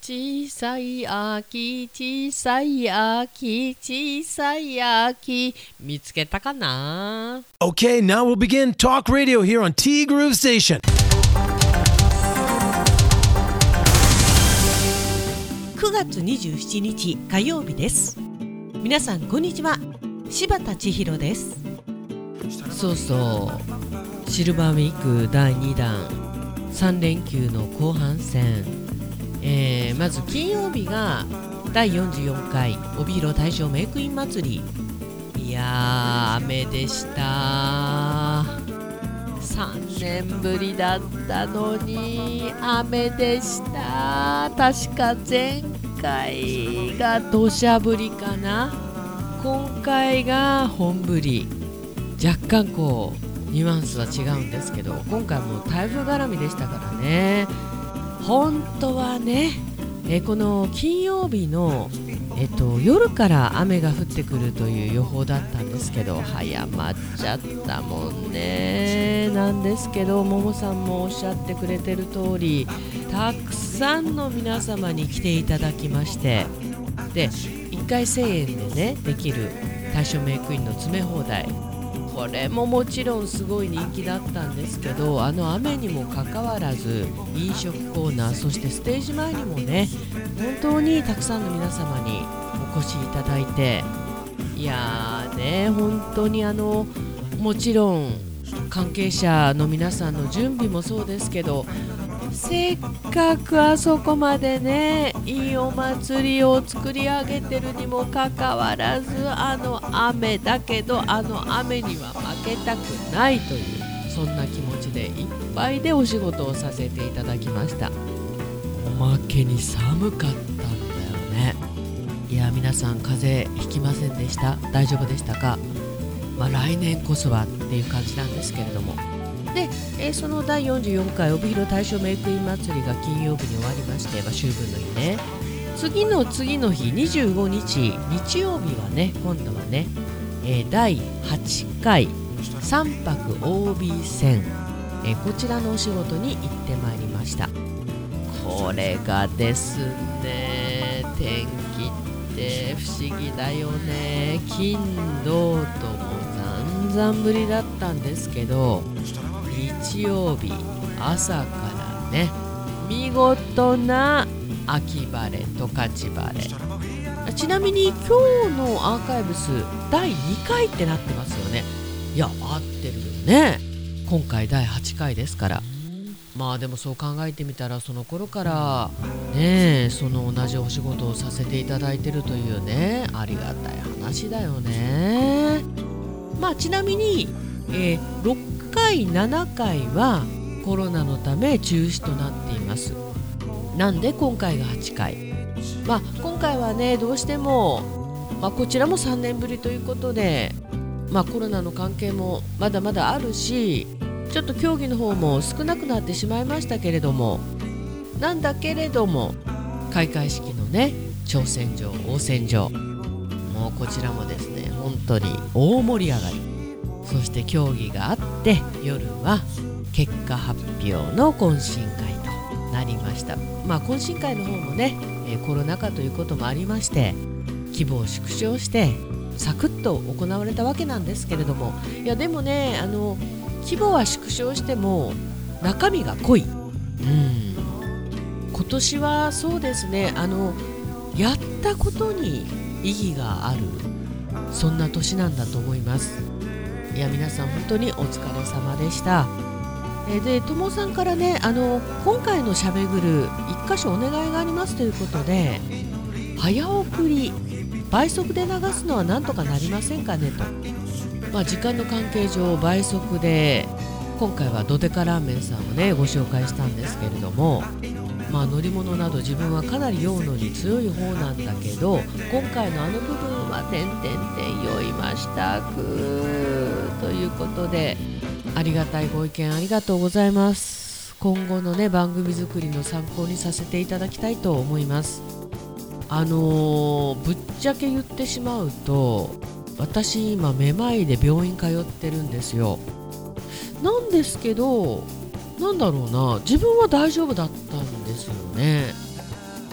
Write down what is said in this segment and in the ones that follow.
小さい秋、小さい秋、小さい秋、見つけたかな？ Okay, now we'll begin Talk Radio here on T Groove Station. 9月27日火曜日です。皆さんこんにちは。柴田千尋です。 そうそう、シルバーウィーク第2弾3連休の後半戦、まず金曜日が第44回帯広大正メイクイン祭り。いやー、雨でした。3年ぶりだったのに雨でした。確か前回が土砂降りかな、今回が本降り。若干こうニュアンスは違うんですけど、今回も台風絡みでしたからね。本当はね、この金曜日の、夜から雨が降ってくるという予報だったんですけど、早まっちゃったもんね。なんですけど、ももさんもおっしゃってくれてる通り、たくさんの皆様に来ていただきまして、で1回1000円でねできる大正メイクインの詰め放題、これももちろんすごい人気だったんですけど、あの雨にもかかわらず飲食コーナー、そしてステージ前にもね、本当にたくさんの皆様にお越しいただいて、いやーね、本当にもちろん関係者の皆さんの準備もそうですけど、せっかくあそこまでねいいお祭りを作り上げてるにもかかわらず、あの雨だけど、あの雨には負けたくないという、そんな気持ちでいっぱいでお仕事をさせていただきました。おまけに寒かったんだよね。いや、皆さん風邪ひきませんでした？大丈夫でしたか？来年こそはっていう感じなんですけれども、で、その第44回帯広大正メイクイン祭りが金曜日に終わりまして、秋分の日ね、次の日25日日曜日はね、今度はね、第8回3泊 OB 戦、こちらのお仕事に行ってまいりました。これがですね、天気って不思議だよね。金土ともざんぶりだったんですけど、日曜日朝からね、見事な秋晴れ、十勝晴れ。ちなみに今日のアーカイブス第2回ってなってますよね。いや、合ってるよね。今回第8回ですから。でもそう考えてみたら、その頃からね、その同じお仕事をさせていただいてるというね、ありがたい話だよね。ちなみに、6回7回はコロナのため中止となっています。なんで今回が8回、今回はね、どうしても、こちらも3年ぶりということで、コロナの関係もまだまだあるし、ちょっと競技の方も少なくなってしまいましたけれども、なんだけれども開会式のね、挑戦状、応戦状、もうこちらもですね、本当に大盛り上がり。そして競技があって、夜は結果発表の懇親会となりました。懇親会の方もね、コロナ禍ということもありまして、規模を縮小してサクッと行われたわけなんですけれども、いやでもね、規模は縮小しても中身が濃い。今年はそうですね、やったことに意義がある、そんな年なんだと思います。いや、皆さん本当にお疲れ様でした。で、ともさんからね、今回のしゃべぐる1箇所お願いがありますということで、早送り倍速で流すのはなんとかなりませんかねと。時間の関係上倍速で、今回はドデカラーメンさんをねご紹介したんですけれども、乗り物など自分はかなり酔うのに強い方なんだけど、今回のあの部分は酔いましたということで、ありがたいご意見ありがとうございます。今後のね、番組作りの参考にさせていただきたいと思います。ぶっちゃけ言ってしまうと、私今めまいで病院通ってるんですよ。なんですけど、なんだろうな、自分は大丈夫だったんですよね。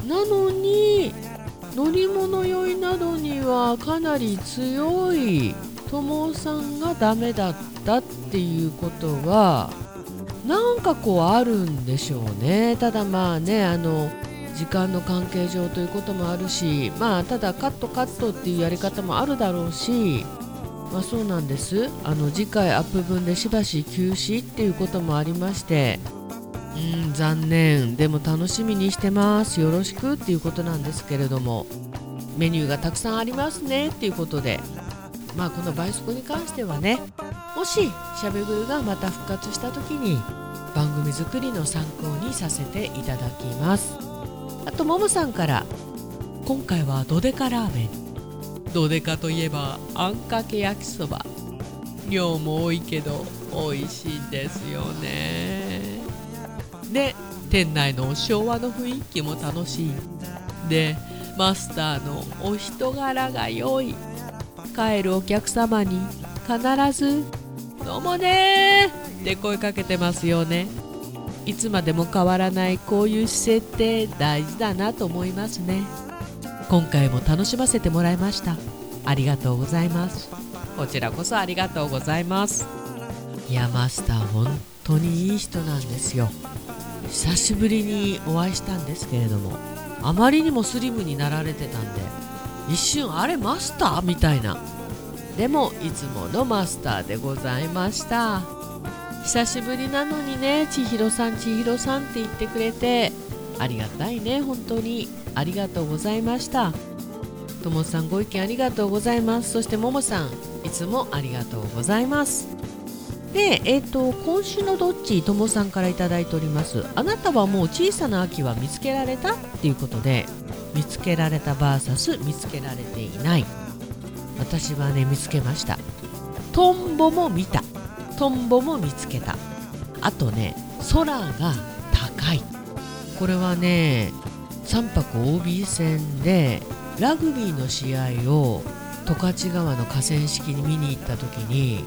なのに乗り物酔いなどにはかなり強い友さんがダメだったっていうことはなんかこうあるんでしょうね。ただまあね時間の関係上ということもあるし、まあただカットっていうやり方もあるだろうし、まあそうなんです。次回アップ分でしばし休止っていうこともありまして、残念。でも楽しみにしてます。よろしくっていうことなんですけれども、メニューがたくさんありますねっていうことで、まあこの倍速に関してはね、もししゃべぐるがまた復活した時に番組作りの参考にさせていただきます。あとももさんから、今回はドデカラーメン。ドデカといえばあんかけ焼きそば、量も多いけど美味しいんですよね。で、店内の昭和の雰囲気も楽しい。で、マスターのお人柄が良い。帰るお客様に必ずどうもねーって声かけてますよね。いつまでも変わらないこういう姿勢って大事だなと思いますね。今回も楽しませてもらいました。ありがとうございます。こちらこそありがとうございます。いや、マスター本当にいい人なんですよ。久しぶりにお会いしたんですけれども、あまりにもスリムになられてたんで、一瞬あれマスターみたいな。でもいつものマスターでございました。久しぶりなのにね、千尋さんって言ってくれてありがたいね。本当にありがとうございました。ともさん、ご意見ありがとうございます。そしてももさん、いつもありがとうございます。で、今週のどっち、ともさんからいただいております。あなたはもう小さな秋は見つけられたっていうことで、見つけられた VS 見つけられていない。私はね、見つけました。トンボも見た。トンボも見つけた。あとね、空が高い。これはね、3泊 OB 戦でラグビーの試合を十勝川の河川敷に見に行った時に、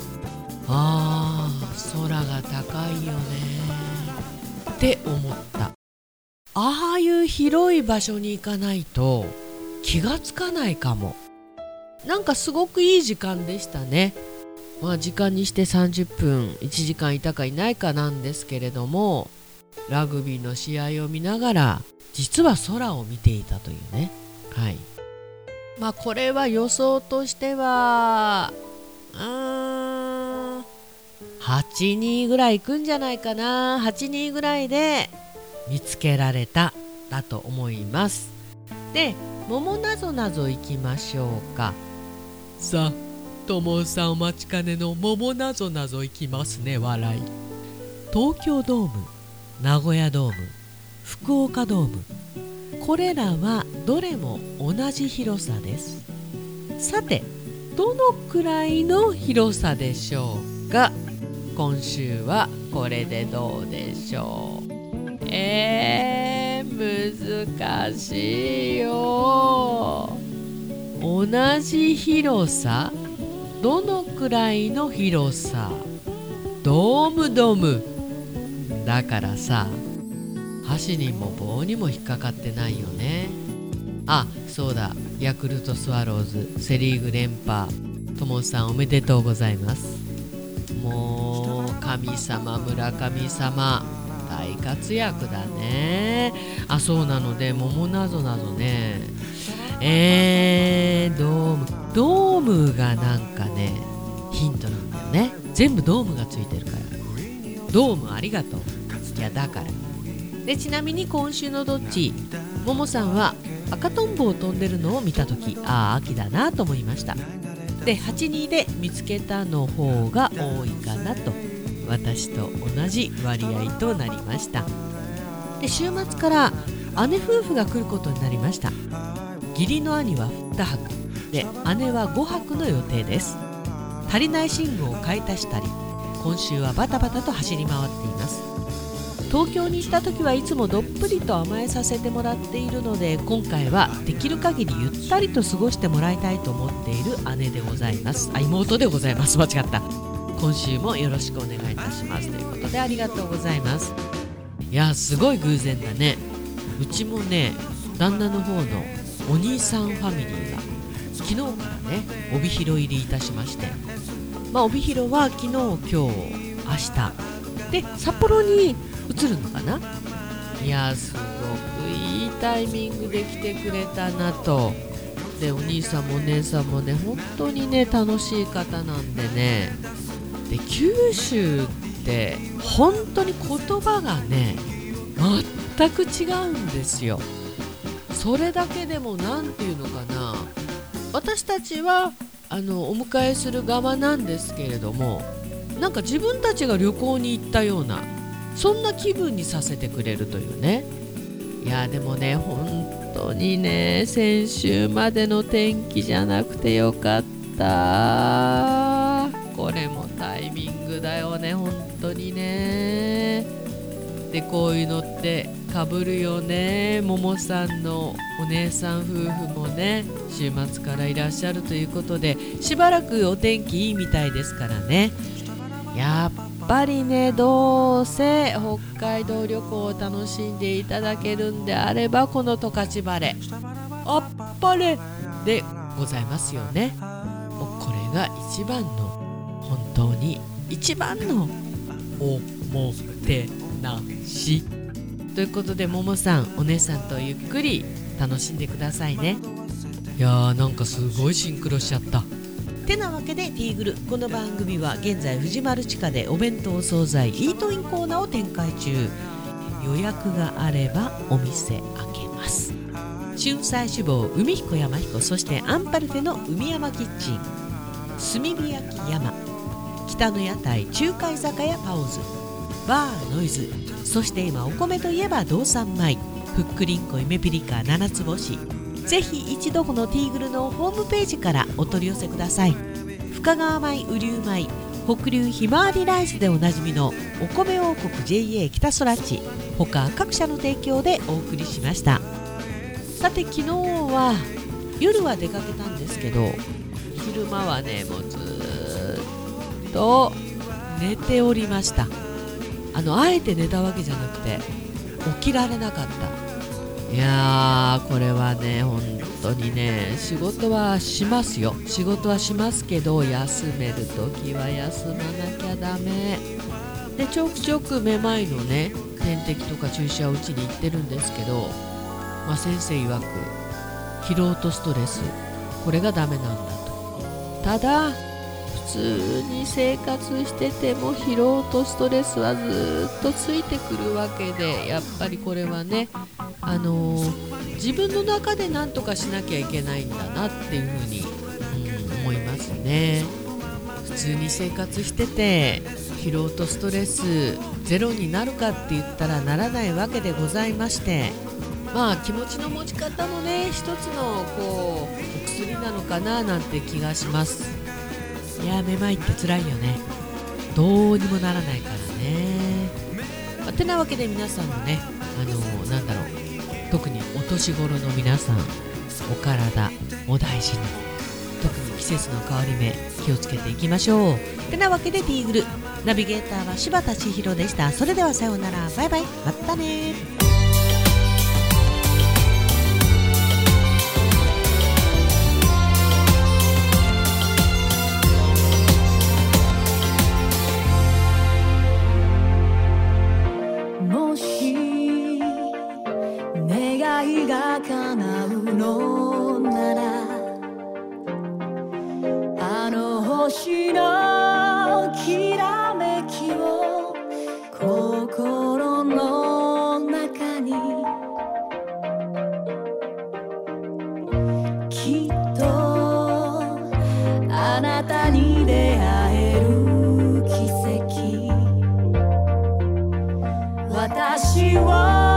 空が高いよねって思った。ああいう広い場所に行かないと気がつかないかも。なんかすごくいい時間でしたね。まあ時間にして30分、1時間いたかいないかなんですけれども、ラグビーの試合を見ながら実は空を見ていたというね。はい。まあこれは予想としては8-2ぐらいいくんじゃないかな。8-2ぐらいで見つけられただと思います。で、桃なぞなぞいきましょうか。さあ、ともさんお待ちかねの桃なぞなぞいきますね。笑い。東京ドーム、名古屋ドーム、福岡ドーム、これらはどれも同じ広さです。さて、どのくらいの広さでしょうか。今週はこれでどうでしょう。難しいよ。同じ広さ、どのくらいの広さ。ドームだからさ、箸にも棒にも引っかかってないよね。あ、そうだ、ヤクルトスワローズセリーグ連覇、ともさんおめでとうございます。もう神様、村神様大活躍だね。あ、そうなので桃なぞなぞね、ドームがなんかねヒントなんだよね。全部ドームがついてるから。ドームありがとう。いやだからで、ちなみに今週のどっち、ももさんは赤とんぼを飛んでるのを見たとき、秋だなと思いました。で、8-2で見つけたの方が多いかなと、私と同じ割合となりました。で、週末から姉夫婦が来ることになりました。義理の兄は2泊で、姉は5泊の予定です。足りない寝具を買い足したり、今週はバタバタと走り回っています。東京に行った時はいつもどっぷりと甘えさせてもらっているので、今回はできる限りゆったりと過ごしてもらいたいと思っている姉でございます。妹でございます。間違った。今週もよろしくお願いいたしますということで、ありがとうございます。いや、すごい偶然だね。うちもね、 旦那の方のお兄さんファミリーが昨日からね帯広入りいたしまして、帯広は昨日今日明日で札幌に移るのかな。いやすごくいいタイミングで来てくれたなと。でお兄さんもお姉さんもね本当にね楽しい方なんでね。で九州って本当に言葉がね全く違うんですよ。それだけでもなんていうのかな、私たちはお迎えする側なんですけれども、なんか自分たちが旅行に行ったようなそんな気分にさせてくれるというね。いやでもね本当にね先週までの天気じゃなくてよかった。これもタイミングだよね本当にね。でこういうのってかぶるよね。ももさんのお姉さん夫婦もね週末からいらっしゃるということでしばらくお天気いいみたいですからね。やっぱりねどうせ北海道旅行を楽しんでいただけるんであればこの十勝晴れあっぱれでございますよね。もうこれが一番の本当に一番のおもてなしということで、ももさんお姉さんとゆっくり楽しんでくださいね。いやーなんかすごいシンクロしちゃった。 てなわけでティーグル、この番組は現在藤丸地下でお弁当惣菜イートインコーナーを展開中。予約があればお店開けます。春菜志望海彦山彦、そしてアンパルフェの海山キッチン、炭火焼き山、北の屋台中華居酒屋パオズ、バーノイズ、そして今お米といえば道産米、ふっくりんこ夢ピリカ七つ星。ぜひ一度このティーグルのホームページからお取り寄せください。深川米、雨竜米、北流ひまわりライスでおなじみのお米王国 JA 北空地他各社の提供でお送りしました。さて昨日は夜は出かけたんですけど、昼間はねもうずっと寝ておりました。あえて寝たわけじゃなくて起きられなかった。いやーこれはね本当にね仕事はしますよ。仕事はしますけど休めるときは休まなきゃダメで、ちょくちょくめまいのね点滴とか注射を打ちに行ってるんですけど、先生曰く疲労とストレスこれがダメなんだと。ただ普通に生活してても疲労とストレスはずっとついてくるわけで、やっぱりこれはね自分の中で何とかしなきゃいけないんだなっていうふうに、思いますね。普通に生活してて疲労とストレスゼロになるかって言ったらならないわけでございまして、気持ちの持ち方もね一つのお薬なのかななんて気がします。いやめまいって辛いよね。どうにもならないからね。てなわけで皆さんもね特にお年頃の皆さんお体お大事に、特に季節の変わり目気をつけていきましょう。てなわけでティーグルナビゲーターは柴田千尋でした。それではさようなら、バイバイ、またね。 が叶うのならあの星のきらめきを心の中にきっとあなたに出会える奇跡、私を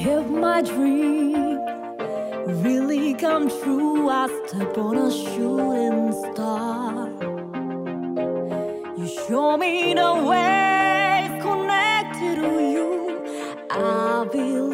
If my dream really come true, I step on a shooting star. You show me the way connected to you. I believe